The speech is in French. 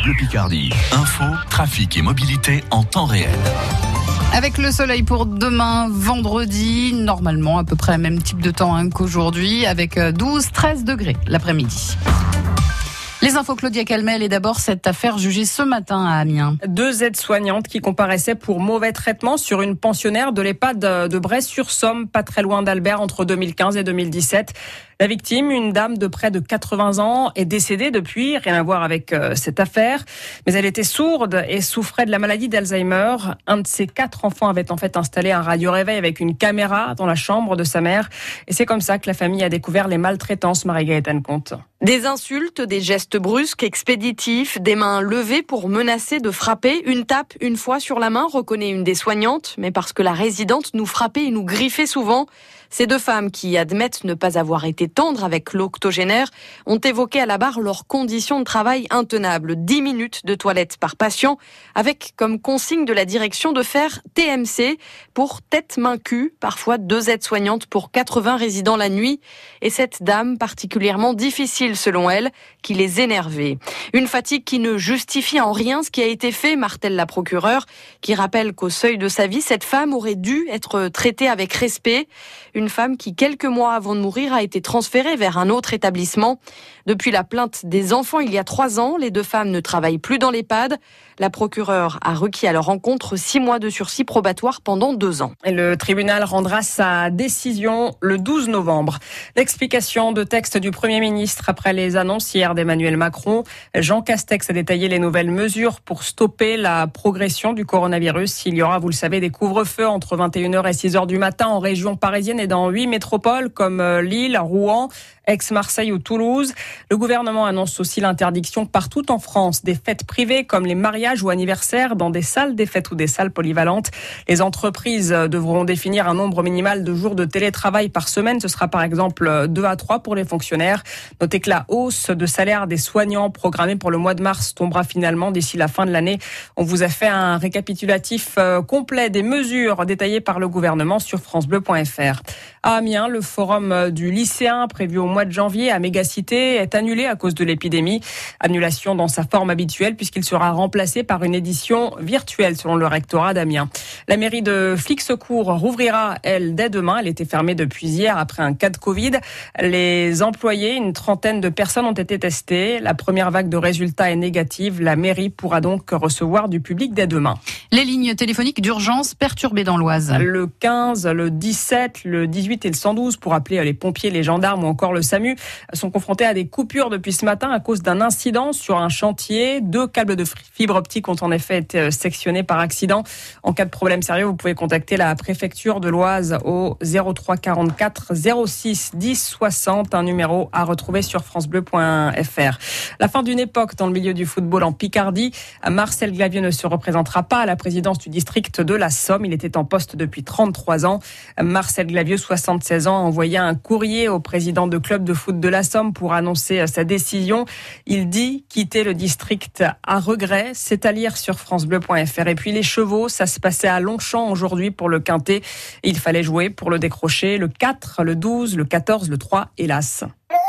Bleu Picardie. Info, trafic et mobilité en temps réel. Avec le soleil pour demain, vendredi, normalement à peu près le même type de temps qu'aujourd'hui, avec 12-13 degrés l'après-midi. Les infos Claudia Calmel et d'abord cette affaire jugée ce matin à Amiens. 2 aides-soignantes qui comparaissaient pour mauvais traitement sur une pensionnaire de l'EHPAD de Bray-sur-Somme, pas très loin d'Albert, entre 2015 et 2017. La victime, une dame de près de 80 ans, est décédée depuis, rien à voir avec cette affaire. Mais elle était sourde et souffrait de la maladie d'Alzheimer. Un de ses 4 enfants avait en fait installé un radio-réveil avec une caméra dans la chambre de sa mère. Et c'est comme ça que la famille a découvert les maltraitances, Marie-Gaëtane Comte. Des insultes, des gestes brusques, expéditifs, des mains levées pour menacer de frapper. Une tape une fois sur la main, reconnaît une des soignantes, mais parce que la résidente nous frappait et nous griffait souvent. Ces 2 femmes qui admettent ne pas avoir été tendres avec l'octogénaire ont évoqué à la barre leurs conditions de travail intenables. 10 minutes de toilette par patient, avec comme consigne de la direction de faire TMC pour tête-main-cul, parfois 2 aides-soignantes pour 80 résidents la nuit. Et cette dame particulièrement difficile selon elle, qui les énervait. Une fatigue qui ne justifie en rien ce qui a été fait, martèle la procureure, qui rappelle qu'au seuil de sa vie, cette femme aurait dû être traitée avec respect. Une femme qui, quelques mois avant de mourir, a été transférée vers un autre établissement. Depuis la plainte des enfants il y a 3 ans, les 2 femmes ne travaillent plus dans l'EHPAD. La procureure a requis à leur encontre 6 mois de sursis probatoire pendant 2 ans. Et le tribunal rendra sa décision le 12 novembre. L'explication de texte du Premier ministre après les annonces hier d'Emmanuel Macron. Jean Castex a détaillé les nouvelles mesures pour stopper la progression du coronavirus. Il y aura, vous le savez, des couvre-feux entre 21h et 6h du matin en région parisienne et dans 8 métropoles comme Lille, Rouen, Aix-Marseille ou Toulouse. Le gouvernement annonce aussi l'interdiction partout en France des fêtes privées comme les mariages ou anniversaires dans des salles des fêtes ou des salles polyvalentes. Les entreprises devront définir un nombre minimal de jours de télétravail par semaine. Ce sera par exemple 2 à 3 pour les fonctionnaires. Notez que la hausse de salaire des soignants programmée pour le mois de mars tombera finalement d'ici la fin de l'année. On vous a fait un récapitulatif complet des mesures détaillées par le gouvernement sur francebleu.fr. À Amiens, le forum du lycéen prévu au mois de janvier à Mégacité est annulé à cause de l'épidémie. Annulation dans sa forme habituelle puisqu'il sera remplacé par une édition virtuelle selon le rectorat d'Amiens. La mairie de Flixecourt rouvrira, elle, dès demain. Elle était fermée depuis hier après un cas de Covid. Les employés, une trentaine de personnes ont été testées. La première vague de résultats est négative. La mairie pourra donc recevoir du public dès demain. Les lignes téléphoniques d'urgence perturbées dans l'Oise. Le 15, le 17, le 18 et le 112 pour appeler les pompiers, les gendarmes ou encore le SAMU sont confrontés à des coupures depuis ce matin à cause d'un incident sur un chantier. 2 câbles de fibre optique ont en effet été sectionnés par accident. En cas de problème sérieux, vous pouvez contacter la préfecture de l'Oise au 03 44 06 10 60, un numéro à retrouver sur francebleu.fr. La fin d'une époque dans le milieu du football en Picardie. Marcel Glavieux ne se représentera pas à la présidence du district de la Somme. Il était en poste depuis 33 ans. Marcel Glavieux, 76 ans, a envoyé un courrier au président de club de foot de la Somme pour annoncer sa décision. Il dit quitter le district à regret. C'est à lire sur francebleu.fr. Et puis les chevaux, ça se passait à Longchamp aujourd'hui pour le Quintet. Et il fallait jouer pour le décrocher le 4, le 12, le 14, le 3 et l'As.